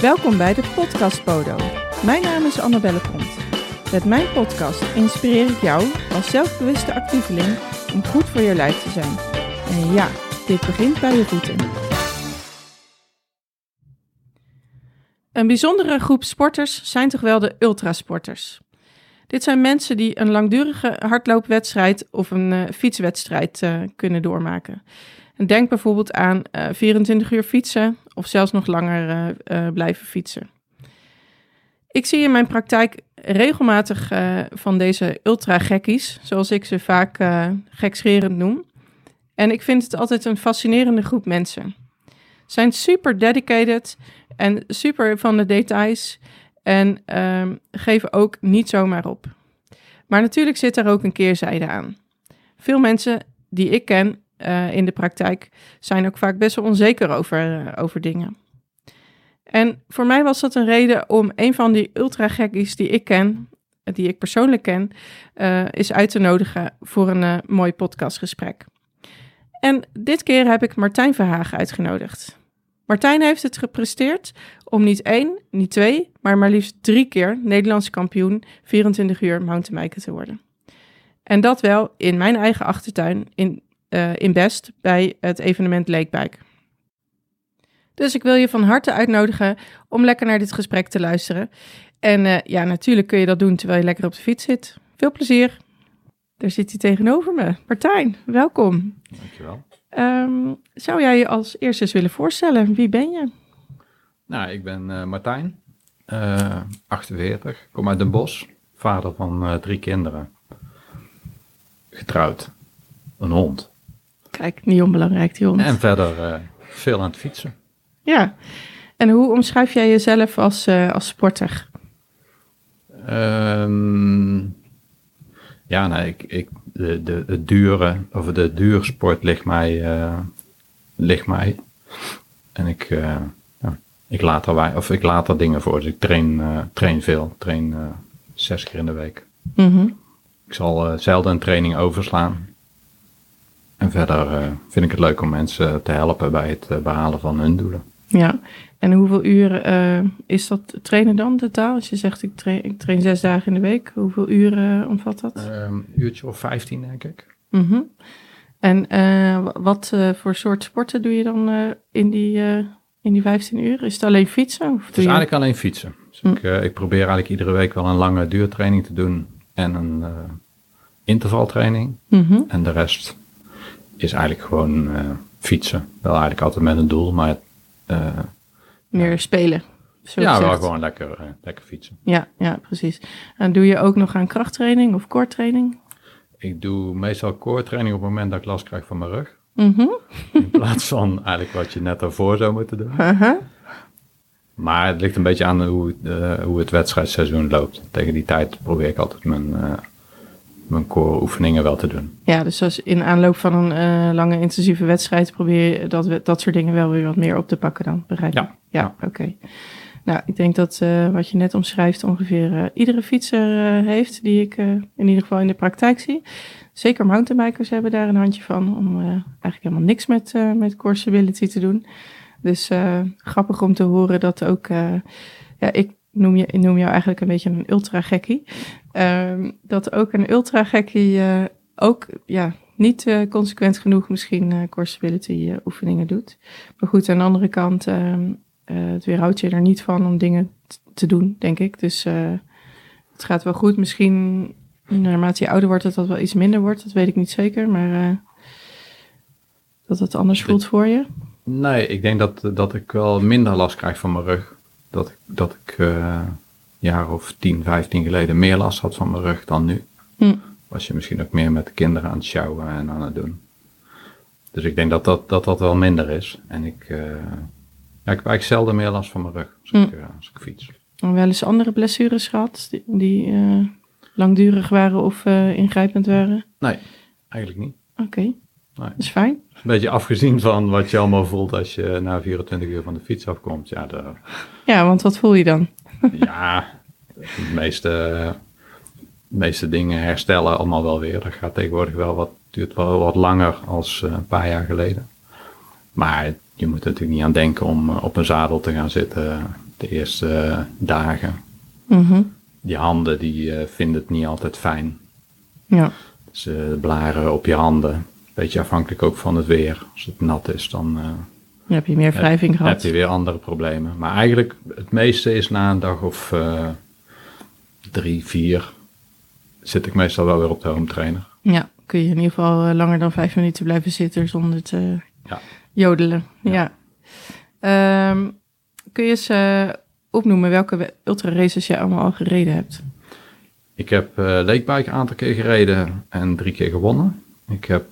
Welkom bij de Podcast Podo. Mijn naam is Annabelle Pont. Met mijn podcast inspireer ik jou als zelfbewuste actieveling om goed voor je lijf te zijn. En ja, dit begint bij je voeten. Een bijzondere groep sporters zijn toch wel de ultrasporters. Dit zijn mensen die een langdurige hardloopwedstrijd of een fietswedstrijd kunnen doormaken. En denk bijvoorbeeld aan 24 uur fietsen of zelfs nog langer blijven fietsen. Ik zie in mijn praktijk regelmatig van deze ultra-gekkies, zoals ik ze vaak gekscherend noem. En ik vind het altijd een fascinerende groep mensen. Ze zijn super dedicated en super van de details en geven ook niet zomaar op. Maar natuurlijk zit er ook een keerzijde aan. Veel mensen die ik ken in de praktijk zijn ook vaak best wel onzeker over dingen. En voor mij was dat een reden om een van die ultra-gekkies die ik persoonlijk ken, is uit te nodigen voor een mooi podcastgesprek. En dit keer heb ik Martijn Verhagen uitgenodigd. Martijn heeft het gepresteerd om niet 1, niet 2, maar liefst 3 keer Nederlands kampioen 24 uur mountainbiker te worden. En dat wel in mijn eigen achtertuin in Best bij het evenement Lakebike. Dus ik wil je van harte uitnodigen om lekker naar dit gesprek te luisteren. En natuurlijk kun je dat doen terwijl je lekker op de fiets zit. Veel plezier. Daar zit hij tegenover me. Martijn, welkom. Dankjewel. Zou jij je als eerste eens willen voorstellen? Wie ben je? Nou, ik ben Martijn, 48, kom uit Den Bosch, vader van 3 kinderen, getrouwd, een hond. Kijk, niet onbelangrijk die hond. En verder veel aan het fietsen. Ja, en hoe omschrijf jij jezelf als sporter? De duursport ligt mij. En ik laat er dingen voor. Dus ik train veel. Train 6 keer in de week. Mm-hmm. Ik zal zelden een training overslaan. En verder vind ik het leuk om mensen te helpen bij het behalen van hun doelen. Ja, en hoeveel uren is dat trainen dan totaal? Als je zegt ik train 6 dagen in de week, hoeveel uren omvat dat? Een uurtje of 15 denk ik. Mm-hmm. En wat voor soort sporten doe je dan in die 15 uur? Is het alleen fietsen? Of het is eigenlijk alleen fietsen. Dus ik probeer eigenlijk iedere week wel een lange duurtraining te doen en een intervaltraining. Mm-hmm. En de rest is eigenlijk gewoon fietsen. Wel eigenlijk altijd met een doel, maar meer spelen. Ja, wel gewoon lekker fietsen. Ja, precies. En doe je ook nog aan krachttraining of core training? Ik doe meestal core training op het moment dat ik last krijg van mijn rug. Mm-hmm. In plaats van eigenlijk wat je net daarvoor zou moeten doen. Uh-huh. Maar het ligt een beetje aan hoe het wedstrijdseizoen loopt. Tegen die tijd probeer ik altijd mijn core oefeningen wel te doen. Ja, dus als in aanloop van een lange intensieve wedstrijd probeer je dat soort dingen wel weer wat meer op te pakken dan, begrijp je? Ja, oké. Nou, ik denk dat wat je net omschrijft ongeveer iedere fietser heeft, die ik in ieder geval in de praktijk zie. Zeker mountainbikers hebben daar een handje van om eigenlijk helemaal niks met core stability te doen. Dus grappig om te horen dat ook, ik noem jou eigenlijk een beetje een ultra-gekkie. Dat ook een ultra-gekkie niet consequent genoeg misschien core stability oefeningen doet. Maar goed, aan de andere kant, het weerhoudt je er niet van om dingen te doen, denk ik. Dus het gaat wel goed. Misschien naarmate je ouder wordt dat wel iets minder wordt. Dat weet ik niet zeker, maar dat het anders voelt voor je. Nee, ik denk dat ik wel minder last krijg van mijn rug. Dat ik een jaar of 10, 15 geleden meer last had van mijn rug dan nu. Was je misschien ook meer met de kinderen aan het sjouwen en aan het doen. Dus ik denk dat wel minder is. En ik heb eigenlijk zelden meer last van mijn rug als ik fiets. En wel eens andere blessures gehad die langdurig waren of ingrijpend waren? Nee, eigenlijk niet. Oké, Nee. dat is fijn. Een beetje afgezien van wat je allemaal voelt als je na 24 uur van de fiets afkomt. Ja, want wat voel je dan? Ja, de meeste dingen herstellen allemaal wel weer. Dat gaat tegenwoordig duurt wel wat langer als een paar jaar geleden. Maar je moet er natuurlijk niet aan denken om op een zadel te gaan zitten De eerste dagen. Mm-hmm. Die handen die vinden het niet altijd fijn. Ja. Dus blaren op je handen. Beetje afhankelijk ook van het weer. Als het nat is, dan heb je meer wrijving gehad. Heb je weer andere problemen. Maar eigenlijk het meeste is na een dag of 3, 4... zit ik meestal wel weer op de home trainer. Ja, kun je in ieder geval langer dan 5 minuten blijven zitten zonder te jodelen. Ja. Kun je eens opnoemen welke ultra-races jij allemaal al gereden hebt? Ik heb Lakebike een aantal keer gereden en 3 keer gewonnen. Ik heb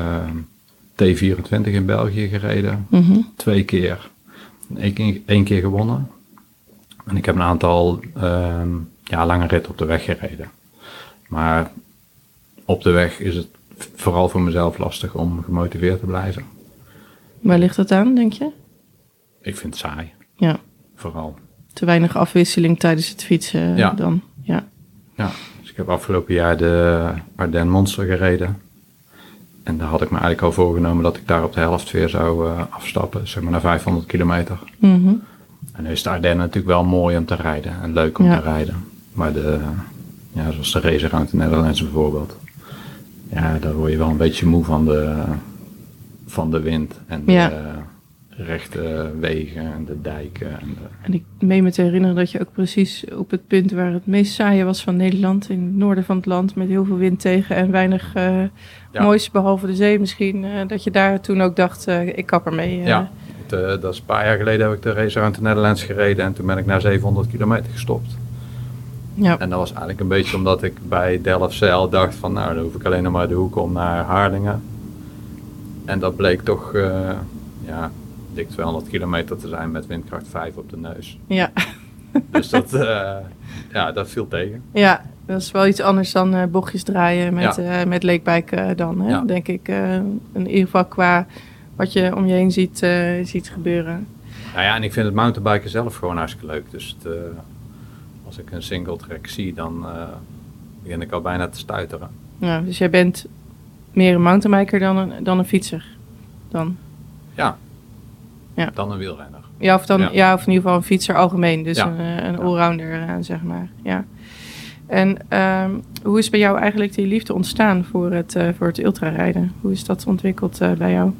T24 in België gereden. 2 keer. 1 keer gewonnen. En ik heb een aantal lange ritten op de weg gereden. Maar op de weg is het vooral voor mezelf lastig om gemotiveerd te blijven. Waar ligt dat aan, denk je? Ik vind het saai. Ja. Vooral. Te weinig afwisseling tijdens het fietsen dan. Ja. Ja, dus ik heb afgelopen jaar de Ardennes Monster gereden. En daar had ik me eigenlijk al voorgenomen dat ik daar op de helft weer zou afstappen. Zeg maar naar 500 kilometer. Mm-hmm. En nu is de Ardennes natuurlijk wel mooi om te rijden. En leuk om te rijden. Maar zoals de race around de Netherlands bijvoorbeeld. Ja, daar word je wel een beetje moe van de wind. En de rechte wegen en de dijken. En ik meen me te herinneren dat je ook precies op het punt waar het meest saaie was van Nederland. In het noorden van het land met heel veel wind tegen en weinig moois behalve de zee misschien. Dat je daar toen ook dacht, ik kap ermee. Ja, dat is een paar jaar geleden heb ik de race around de Netherlands gereden. En toen ben ik na 700 kilometer gestopt. Ja. En dat was eigenlijk een beetje omdat ik bij Delfzijl dacht van nou, dan hoef ik alleen nog maar de hoek om naar Harlingen. En dat bleek toch dik 200 kilometer te zijn met windkracht 5 op de neus. Ja. Dus dat viel tegen. Ja, dat is wel iets anders dan bochtjes draaien met Lakebike dan, hè? Denk ik. In ieder geval qua wat je om je heen ziet gebeuren. Nou ja, en ik vind het mountainbiken zelf gewoon hartstikke leuk. Dus als ik een single track zie, dan begin ik al bijna te stuiteren. Ja, dus jij bent meer een mountainbiker dan een fietser? Dan? Ja, dan een wielrenner. Ja, of in ieder geval een fietser algemeen. Dus een allrounder, zeg maar. Ja. En hoe is bij jou eigenlijk die liefde ontstaan voor het ultrarijden? Hoe is dat ontwikkeld bij jou?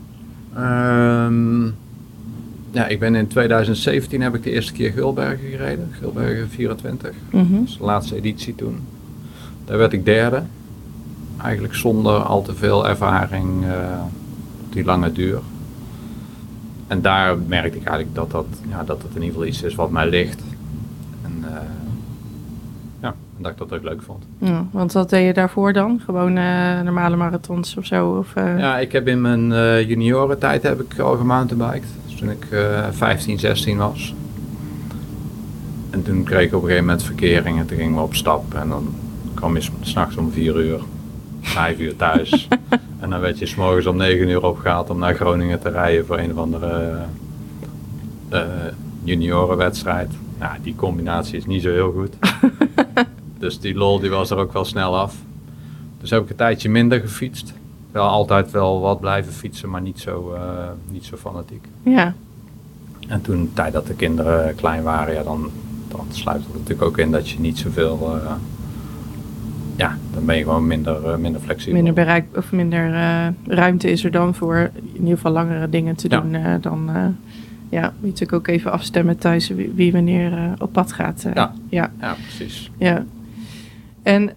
Ik ben in 2017 heb ik de eerste keer Gulbergen gereden. Gulbergen 24. Mm-hmm. Dat was de laatste editie toen. Daar werd ik derde. Eigenlijk zonder al te veel ervaring op die lange duur. En daar merkte ik eigenlijk dat het in ieder geval iets is wat mij ligt. En dat ik dat ook leuk vond. Ja, want wat deed je daarvoor dan? Gewoon normale marathons of zo? Of, Ja, ik heb in mijn juniorentijd heb ik al gemountainbiked. Dus toen ik 15, 16 was. En toen kreeg ik op een gegeven moment verkering en toen gingen we op stap. En dan kwam je 's nachts om 4 uur, 5 uur thuis. En dan werd je 's morgens om 9 uur opgehaald om naar Groningen te rijden voor een of andere juniorenwedstrijd. Nou, die combinatie is niet zo heel goed. Dus die lol die was er ook wel snel af. Dus heb ik een tijdje minder gefietst. Wel altijd wel wat blijven fietsen, maar niet zo fanatiek. Ja. En toen, de tijd dat de kinderen klein waren, dan sluit het natuurlijk ook in dat je niet zoveel... dan ben je gewoon minder flexibel. Minder bereik of minder ruimte is er dan voor in ieder geval langere dingen te doen. Dan moet je natuurlijk ook even afstemmen thuis wie wanneer op pad gaat. Ja, precies. Ja. En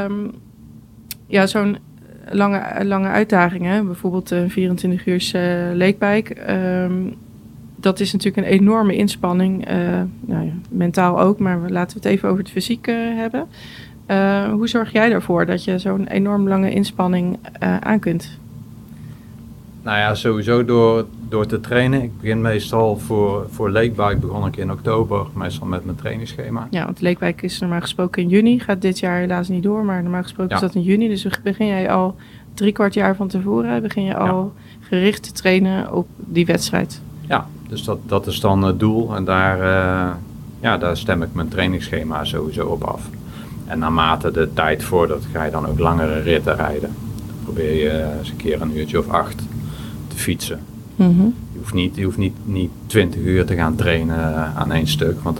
zo'n lange uitdaging, bijvoorbeeld 24 uur Lakebike. Dat is natuurlijk een enorme inspanning. Mentaal ook, maar laten we het even over het fysiek hebben. Hoe zorg jij ervoor dat je zo'n enorm lange inspanning aan kunt? Nou ja, sowieso door te trainen. Ik begin meestal voor Lakebike begon ik in oktober, meestal met mijn trainingsschema. Ja, want Lakebike is normaal gesproken in juni. Gaat dit jaar helaas niet door, maar normaal gesproken is dat in juni. Dus begin jij al 3/4 jaar van tevoren, begin je al gericht te trainen op die wedstrijd. Ja, dus dat is dan het doel. En daar stem ik mijn trainingsschema sowieso op af. En naarmate de tijd vordert, ga je dan ook langere ritten rijden. Dan probeer je eens een keer een uurtje of 8 te fietsen. Mm-hmm. Je je hoeft niet 20 uur te gaan trainen aan één stuk. Want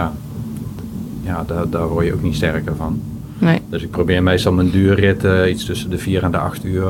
daar word je ook niet sterker van. Nee. Dus ik probeer meestal mijn duurritten iets tussen de 4 en de 8 uur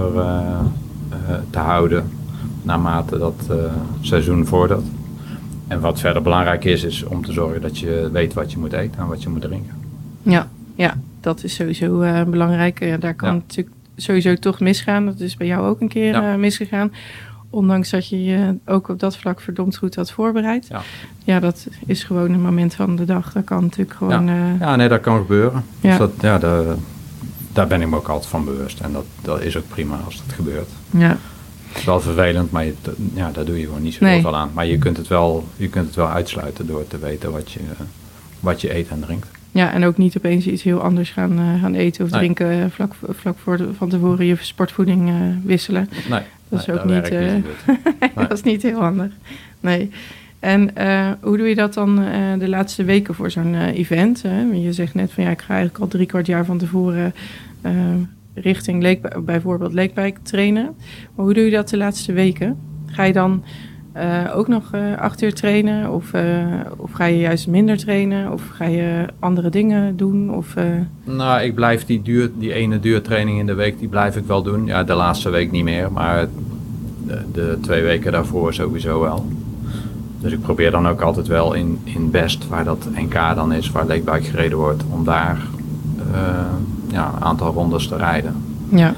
te houden. Naarmate dat seizoen vordert. En wat verder belangrijk is om te zorgen dat je weet wat je moet eten en wat je moet drinken. Ja, dat is sowieso belangrijk. Daar kan het natuurlijk sowieso toch misgaan. Dat is bij jou ook een keer misgegaan. Ondanks dat je je ook op dat vlak verdomd goed had voorbereid. Ja, dat is gewoon een moment van de dag. Dat kan natuurlijk gewoon... nee, dat kan gebeuren. Ja. Dus daar ben ik me ook altijd van bewust. En dat is ook prima als dat gebeurt. Ja. Het is wel vervelend, maar daar doe je gewoon niet zo heel veel aan. Maar je kunt het wel uitsluiten door te weten wat je eet en drinkt. Ja, en ook niet opeens iets heel anders gaan eten of drinken vlak van tevoren je sportvoeding wisselen. Nee, dat is ook niet, dat is niet heel handig. Nee. En hoe doe je dat dan de laatste weken voor zo'n event? Je zegt net van ik ga eigenlijk al 3/4 jaar van tevoren richting bijvoorbeeld Leekbike trainen. Maar hoe doe je dat de laatste weken? Ga je dan ook nog 8 uur trainen? Of ga je juist minder trainen? Of ga je andere dingen doen? Nou, ik blijf die ene duurtraining in de week, die blijf ik wel doen. Ja, de laatste week niet meer, maar de 2 weken daarvoor sowieso wel. Dus ik probeer dan ook altijd wel in Best, waar dat NK dan is, waar Leekbike gereden wordt, om daar een aantal rondes te rijden. Ja.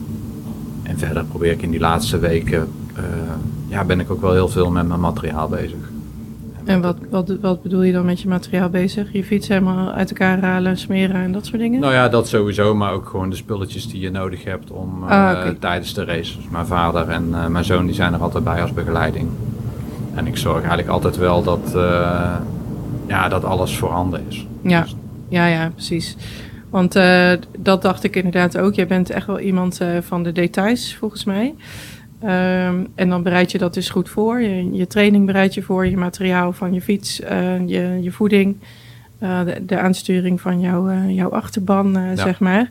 En verder probeer ik in die laatste weken, ben ik ook wel heel veel met mijn materiaal bezig. En wat bedoel je dan met je materiaal bezig? Je fiets helemaal uit elkaar halen, smeren en dat soort dingen? Nou ja, dat sowieso, maar ook gewoon de spulletjes die je nodig hebt om tijdens de race. Dus mijn vader en mijn zoon die zijn er altijd bij als begeleiding. En ik zorg eigenlijk altijd wel dat alles voorhanden is. Ja, ja, precies. Want dat dacht ik inderdaad ook. Jij bent echt wel iemand van de details, volgens mij. En dan bereid je dat dus goed voor. Je training bereid je voor, je materiaal van je fiets, je voeding, de aansturing van jouw achterban, zeg maar.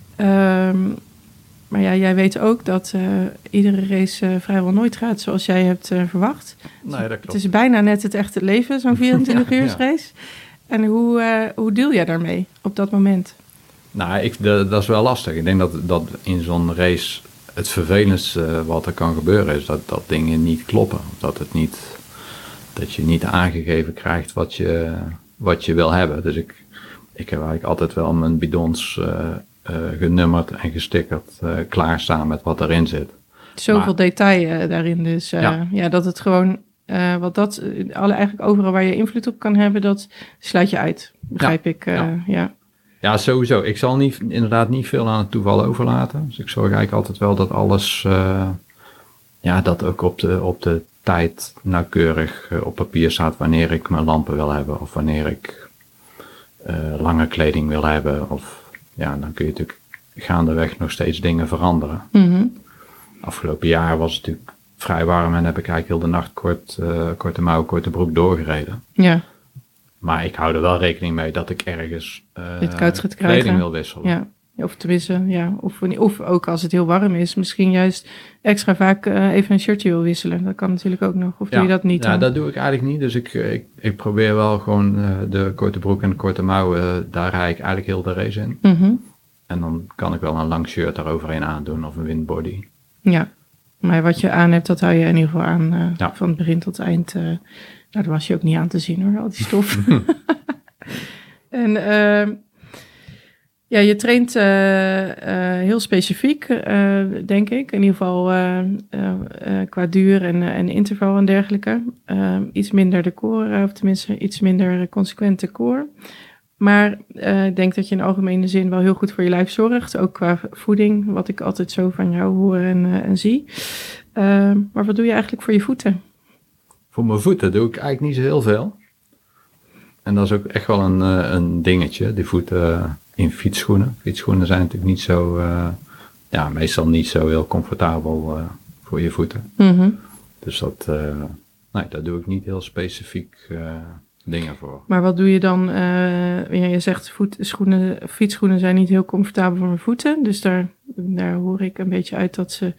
Maar ja, jij weet ook dat iedere race vrijwel nooit gaat zoals jij hebt verwacht. Nee, dat klopt. Het is bijna net het echte leven, zo'n 24-uursrace. En hoe deel jij daarmee op dat moment? Nou, dat is wel lastig. Ik denk dat in zo'n race het vervelendste wat er kan gebeuren is dat dingen niet kloppen. Dat je niet aangegeven krijgt wat je wil hebben. Dus ik heb eigenlijk altijd wel mijn bidons genummerd en gestickerd klaarstaan met wat erin zit. Zoveel detail daarin dus. Dat het gewoon, eigenlijk overal waar je invloed op kan hebben, dat sluit je uit. Begrijp ik. Ja, sowieso. Ik zal inderdaad niet veel aan het toeval overlaten. Dus ik zorg eigenlijk altijd wel dat alles, dat ook op de tijd nauwkeurig op papier staat wanneer ik mijn lampen wil hebben. Of wanneer ik lange kleding wil hebben. Of dan kun je natuurlijk gaandeweg nog steeds dingen veranderen. Mm-hmm. Afgelopen jaar was het natuurlijk vrij warm en heb ik eigenlijk heel de nacht korte mouw, korte broek doorgereden. Ja. Maar ik hou er wel rekening mee dat ik ergens kleding wil wisselen. Ja. Of tenminste, of ook als het heel warm is, misschien juist extra vaak even een shirtje wil wisselen. Dat kan natuurlijk ook nog. Of doe je dat niet dan? Ja, dat doe ik eigenlijk niet. Dus ik probeer wel gewoon de korte broek en de korte mouwen, daar rijd ik eigenlijk heel de race in. Mm-hmm. En dan kan ik wel een lang shirt daaroverheen aandoen of een windbody. Ja, maar wat je aan hebt, dat hou je in ieder geval aan van het begin tot het eind. Daar was je ook niet aan te zien hoor, al die stof. En je traint heel specifiek, denk ik. In ieder geval qua duur en interval en dergelijke. Iets minder de core, of tenminste iets minder consequent de core. Maar ik denk dat je in algemene zin wel heel goed voor je lijf zorgt. Ook qua voeding, wat ik altijd zo van jou hoor en zie. Maar wat doe je eigenlijk voor je voeten? Voor mijn voeten doe ik eigenlijk niet zo heel veel. En dat is ook echt wel een dingetje. Die voeten in fietsschoenen. Fietsschoenen zijn natuurlijk niet zo, meestal niet zo heel comfortabel voor je voeten. Mm-hmm. Dus daar doe ik niet heel specifiek dingen voor. Maar wat doe je dan? Je zegt fietsschoenen zijn niet heel comfortabel voor mijn voeten. Dus daar hoor ik een beetje uit dat ze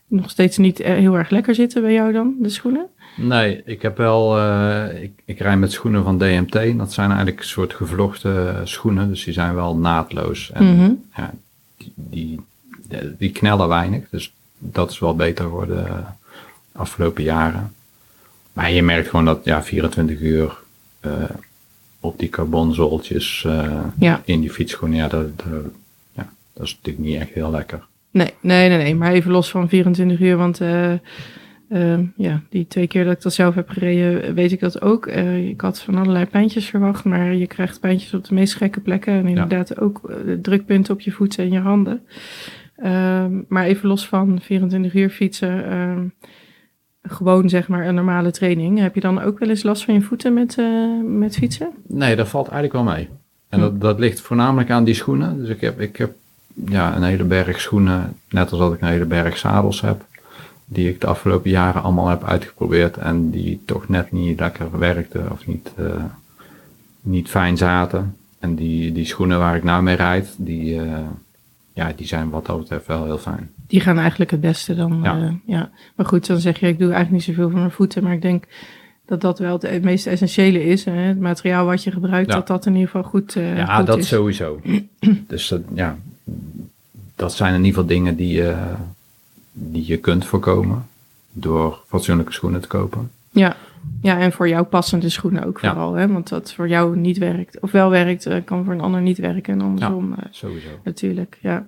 nog steeds niet heel erg lekker zitten bij jou dan, de schoenen? Nee, ik heb wel, ik rijd met schoenen van DMT. Dat zijn eigenlijk een soort gevlochten schoenen, dus die zijn wel naadloos. En ja, die knellen weinig, dus dat is wel beter geworden de afgelopen jaren. Maar je merkt gewoon dat 24 uur op die carbonzooltjes in die fietsschoenen, dat is natuurlijk niet echt heel lekker. Nee, maar even los van 24 uur, want die 2 keer dat ik dat zelf heb gereden, weet ik dat ook. Ik had van allerlei pijntjes verwacht, maar je krijgt pijntjes op de meest gekke plekken. En inderdaad ook drukpunten op je voeten en je handen. Maar even los van 24 uur fietsen, gewoon zeg maar een normale training. Heb je dan ook wel eens last van je voeten met fietsen? Nee, dat valt eigenlijk wel mee. En dat ligt voornamelijk aan die schoenen. Dus ik heb een hele berg schoenen, net als dat ik een hele berg zadels heb, die ik de afgelopen jaren allemaal heb uitgeprobeerd en die toch net niet lekker werkten of niet fijn zaten. En die schoenen waar ik nou mee rijd, die zijn wat dat betreft wel heel fijn. Die gaan eigenlijk het beste dan. Ja. Maar goed, dan zeg je, ik doe eigenlijk niet zoveel van mijn voeten, maar ik denk dat wel het meest essentiële is. Hè? Het materiaal wat je gebruikt, dat in ieder geval goed goed dat is. Sowieso. Dus dat zijn in ieder geval dingen die je kunt voorkomen door fatsoenlijke schoenen te kopen. Ja, en voor jou passende schoenen ook vooral. Hè? Want dat voor jou niet werkt, of wel werkt, kan voor een ander niet werken. En andersom sowieso. Natuurlijk, ja.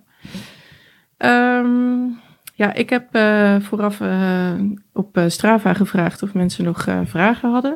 Ik heb vooraf op Strava gevraagd of mensen nog vragen hadden.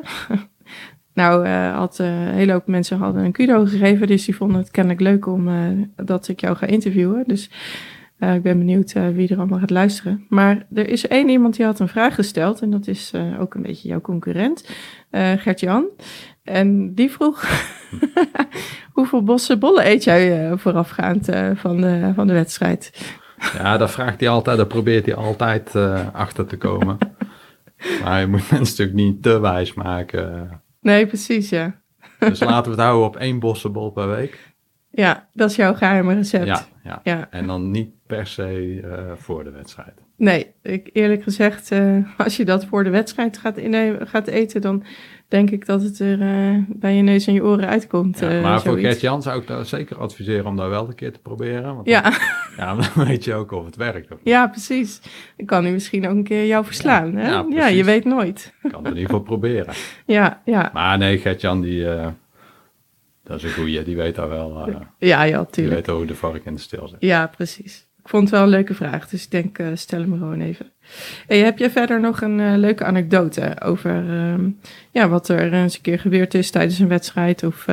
Een hele hoop mensen hadden een kudo gegeven, dus die vonden het kennelijk leuk dat ik jou ga interviewen. Dus ik ben benieuwd wie er allemaal gaat luisteren. Maar er is één iemand die had een vraag gesteld en dat is ook een beetje jouw concurrent, Gert-Jan. En die vroeg, hoeveel bossen bollen eet jij voorafgaand van de wedstrijd? Ja, dat vraagt hij altijd, dat probeert hij altijd achter te komen. Maar je moet mensen natuurlijk niet te wijs maken. Nee, precies, ja. Dus laten we het houden op 1 bossenbol per week. Ja, dat is jouw geheime recept. Ja. En dan niet per se voor de wedstrijd. Nee, eerlijk gezegd, als je dat voor de wedstrijd gaat eten, dan denk ik dat het er bij je neus en je oren uitkomt. Maar voor Gert-Jan zou ik dat zeker adviseren om dat wel een keer te proberen. Want dan weet je ook of het werkt. Of niet. Ja, precies. Dan kan hij misschien ook een keer jou verslaan. Hè? Ja, je weet nooit. Ik kan het in ieder geval proberen. Ja. Maar nee, Gert-Jan, dat is een goeie, die weet daar wel. Ja, tuurlijk. Die weet hoe de vork in de steel zit. Ja, precies. Ik vond het wel een leuke vraag, dus ik denk, stel hem gewoon even. Hey, heb je verder nog een leuke anekdote over wat er eens een keer gebeurd is tijdens een wedstrijd? Of,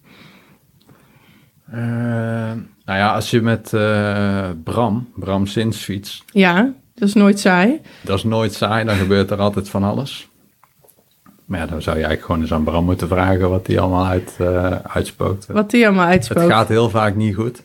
als je met Bram Sins fietst. Ja, dat is nooit saai. Dat is nooit saai, dan gebeurt er altijd van alles. Maar dan zou je eigenlijk gewoon eens aan Bram moeten vragen wat hij allemaal uitspookt. Wat hij allemaal uitspookt. Het gaat heel vaak niet goed.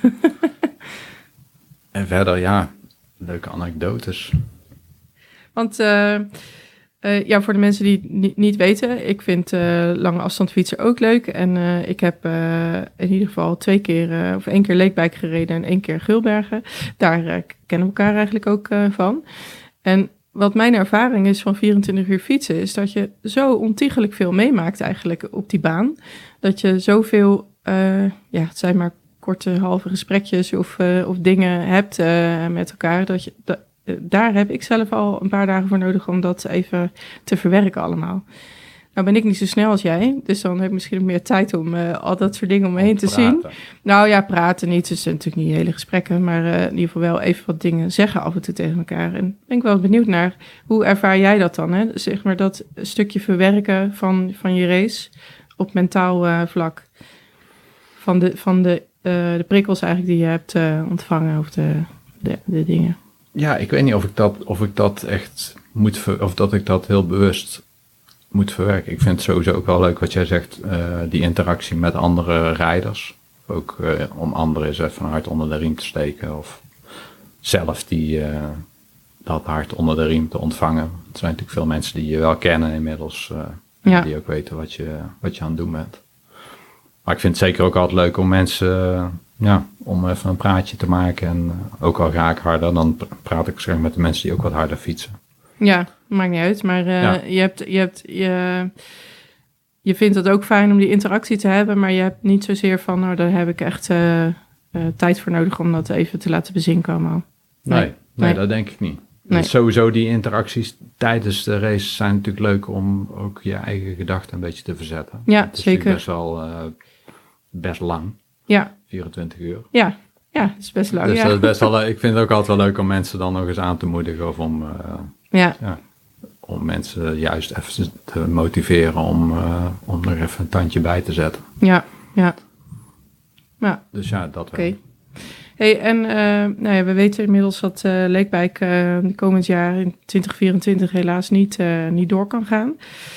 En verder, leuke anekdotes. Want voor de mensen die het niet weten, ik vind lange afstand fietsen ook leuk. En ik heb in ieder geval 1 keer Leekbijk gereden en 1 keer Gulbergen. Daar kennen we elkaar eigenlijk ook van. En wat mijn ervaring is van 24 uur fietsen, is dat je zo ontiegelijk veel meemaakt eigenlijk op die baan. Dat je zoveel, het zijn maar korte halve gesprekjes of dingen hebt met elkaar. Daar heb ik zelf al een paar dagen voor nodig om dat even te verwerken allemaal. Nou ben ik niet zo snel als jij, dus dan heb ik misschien ook meer tijd om al dat soort dingen om me heen te zien. Nou ja, praten niet, dus natuurlijk niet hele gesprekken, maar in ieder geval wel even wat dingen zeggen af en toe tegen elkaar. En ben ik wel benieuwd naar, hoe ervaar jij dat dan? Hè? Zeg maar dat stukje verwerken van je race op mentaal vlak. Van de prikkels eigenlijk die je hebt ontvangen of de dingen. Ja, ik weet niet of ik dat echt of dat ik dat heel bewust moet verwerken. Ik vind het sowieso ook wel leuk wat jij zegt, die interactie met andere rijders. Ook om anderen eens even een hart onder de riem te steken of zelf dat hart onder de riem te ontvangen. Er zijn natuurlijk veel mensen die je wel kennen inmiddels, die ook weten wat je aan het doen bent. Maar ik vind het zeker ook altijd leuk om mensen om even een praatje te maken. En ook al ga ik harder, dan praat ik zeg met de mensen die ook wat harder fietsen. Ja, maakt niet uit. Maar je vindt het ook fijn om die interactie te hebben, maar je hebt niet zozeer van, nou, daar heb ik echt tijd voor nodig om dat even te laten bezinken allemaal. Nee, dat denk ik niet. Nee. Dus sowieso die interacties tijdens de race zijn natuurlijk leuk om ook je eigen gedachten een beetje te verzetten. Ja, het is zeker. Best lang. Ja. 24 uur. Ja, dat is best lang. Dus dat is best wel, ik vind het ook altijd wel leuk om mensen dan nog eens aan te moedigen of om mensen juist even te motiveren om er even een tandje bij te zetten. Ja. Dus ja, dat wel. Oké. Hey, en we weten inmiddels dat Lakebike komend jaar in 2024 helaas niet door kan gaan.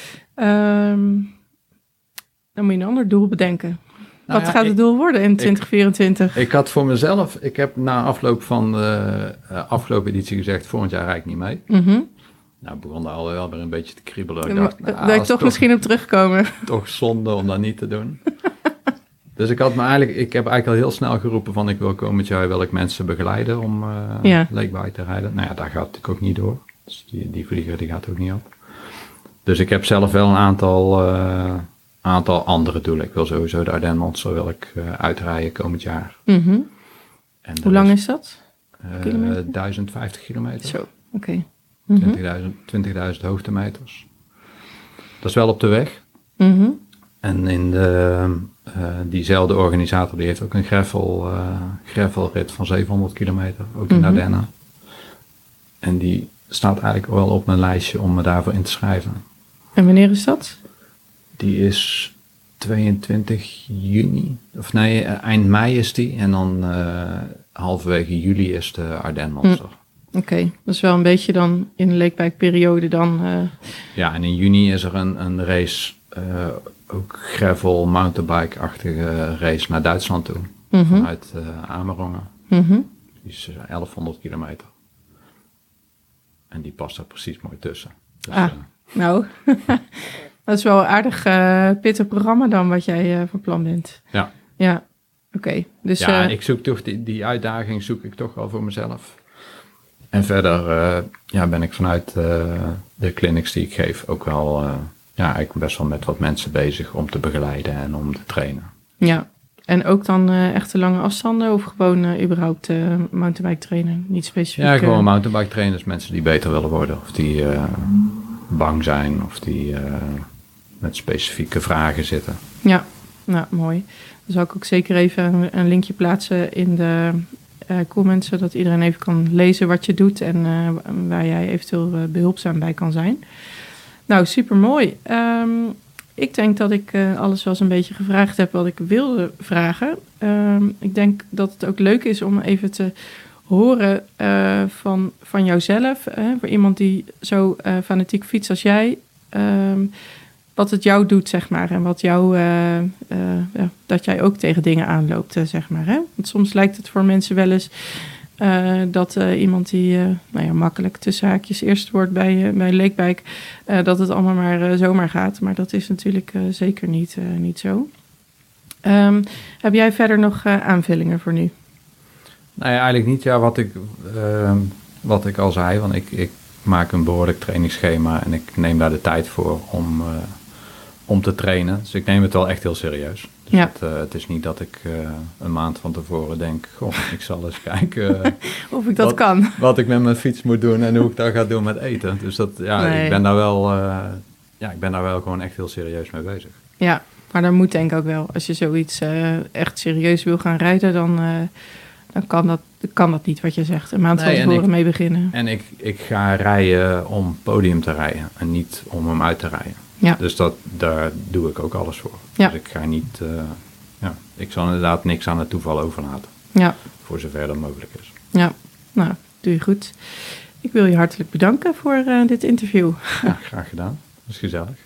Dan moet je een ander doel bedenken. Wat gaat het doel worden in 2024? Ik had voor mezelf, ik heb na afloop van de afgelopen editie gezegd, volgend jaar rijd ik niet mee. Mm-hmm. Nou, begon daar al wel weer een beetje te kriebelen. Ik dacht, wil ik toch misschien op terugkomen. Toch zonde om dat niet te doen. Dus ik heb eigenlijk al heel snel geroepen van ik wil komend jaar mensen begeleiden om Lakebike te rijden. Nou ja, daar gaat natuurlijk ook niet door. Dus die vlieger die gaat ook niet op. Dus ik heb zelf wel een aantal andere doelen. Ik wil sowieso de Ardennen Monster uitrijden komend jaar. Mm-hmm. En hoe lang is dat? 1050 kilometer. Zo, oké. Mm-hmm. 20.000 hoogtemeters. Dat is wel op de weg. Mm-hmm. En in diezelfde organisator, die heeft ook een gravelrit van 700 kilometer, ook in Ardennen. En die staat eigenlijk wel op mijn lijstje om me daarvoor in te schrijven. En wanneer is dat? Die is 22 juni, of nee, eind mei is die. En dan halverwege juli is de Ardennen Monster. Oké, dat is wel een beetje dan in de Lakebike periode dan. Ja, en in juni is er een race, ook gravel, mountainbike-achtige race naar Duitsland toe. Vanuit Amerongen. Mm-hmm. Die is 1100 kilometer. En die past er precies mooi tussen. Dus, nou, dat is wel een aardig pittig programma dan wat jij van plan bent. Ja, oké. Dus, ik zoek toch die uitdaging zoek ik toch wel voor mezelf. En verder ben ik vanuit de clinics die ik geef ook wel eigenlijk best wel met wat mensen bezig om te begeleiden en om te trainen. Ja, en ook dan echte lange afstanden of gewoon überhaupt mountainbike trainen? Niet specifiek? Ja, gewoon mountainbike trainers, mensen die beter willen worden of die bang zijn of die met specifieke vragen zitten. Ja, nou mooi. Dan zal ik ook zeker even een linkje plaatsen in de comments, zodat iedereen even kan lezen wat je doet en waar jij eventueel behulpzaam bij kan zijn. Nou, super mooi. Ik denk dat ik alles wel eens een beetje gevraagd heb wat ik wilde vragen. Ik denk dat het ook leuk is om even te horen van jouzelf, voor iemand die zo fanatiek fietst als jij, wat het jou doet, zeg maar, en wat jou, dat jij ook tegen dingen aanloopt, zeg maar. Hè? Want soms lijkt het voor mensen wel eens dat iemand die makkelijk tussen haakjes eerst wordt bij Lakebike, dat het allemaal maar zomaar gaat. Maar dat is natuurlijk zeker niet zo. Heb jij verder nog aanvullingen voor nu? Nou ja, eigenlijk niet. Ja, wat ik al zei, want ik maak een behoorlijk trainingsschema en ik neem daar de tijd voor om te trainen. Dus ik neem het wel echt heel serieus. Dus het is niet dat ik een maand van tevoren denk, goh, ik zal eens kijken of ik dat kan. Wat ik met mijn fiets moet doen en hoe ik dat ga doen met eten. Dus ik ben daar wel gewoon echt heel serieus mee bezig. Ja, maar dat moet denk ik ook wel. Als je zoiets echt serieus wil gaan rijden, dan kan dat niet wat je zegt. Een maand van tevoren mee beginnen. En ik ga rijden om podium te rijden en niet om hem uit te rijden. Ja. Dus daar doe ik ook alles voor. Ja. Dus ik ga niet, ik zal inderdaad niks aan het toeval overlaten. Ja. Voor zover dat mogelijk is. Ja, nou, doe je goed. Ik wil je hartelijk bedanken voor dit interview. Ja, graag gedaan. Dat is gezellig.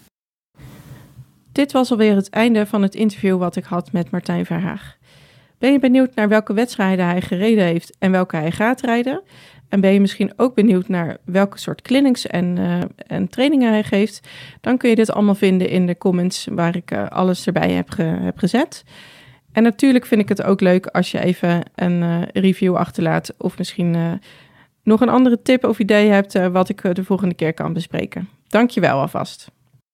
Dit was alweer het einde van het interview wat ik had met Martijn Verhaag. Ben je benieuwd naar welke wedstrijden hij gereden heeft en welke hij gaat rijden? En ben je misschien ook benieuwd naar welke soort clinics en trainingen hij geeft? Dan kun je dit allemaal vinden in de comments waar ik alles erbij heb gezet. En natuurlijk vind ik het ook leuk als je even een review achterlaat of misschien nog een andere tip of idee hebt wat ik de volgende keer kan bespreken. Dank je wel alvast.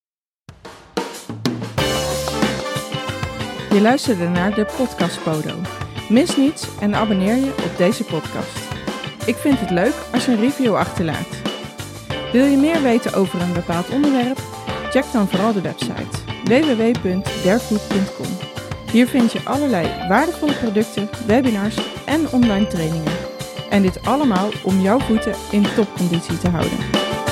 Je luisterde naar de podcast Podo. Mis niets en abonneer je op deze podcast. Ik vind het leuk als je een review achterlaat. Wil je meer weten over een bepaald onderwerp? Check dan vooral de website www.derfood.com. Hier vind je allerlei waardevolle producten, webinars en online trainingen. En dit allemaal om jouw voeten in topconditie te houden.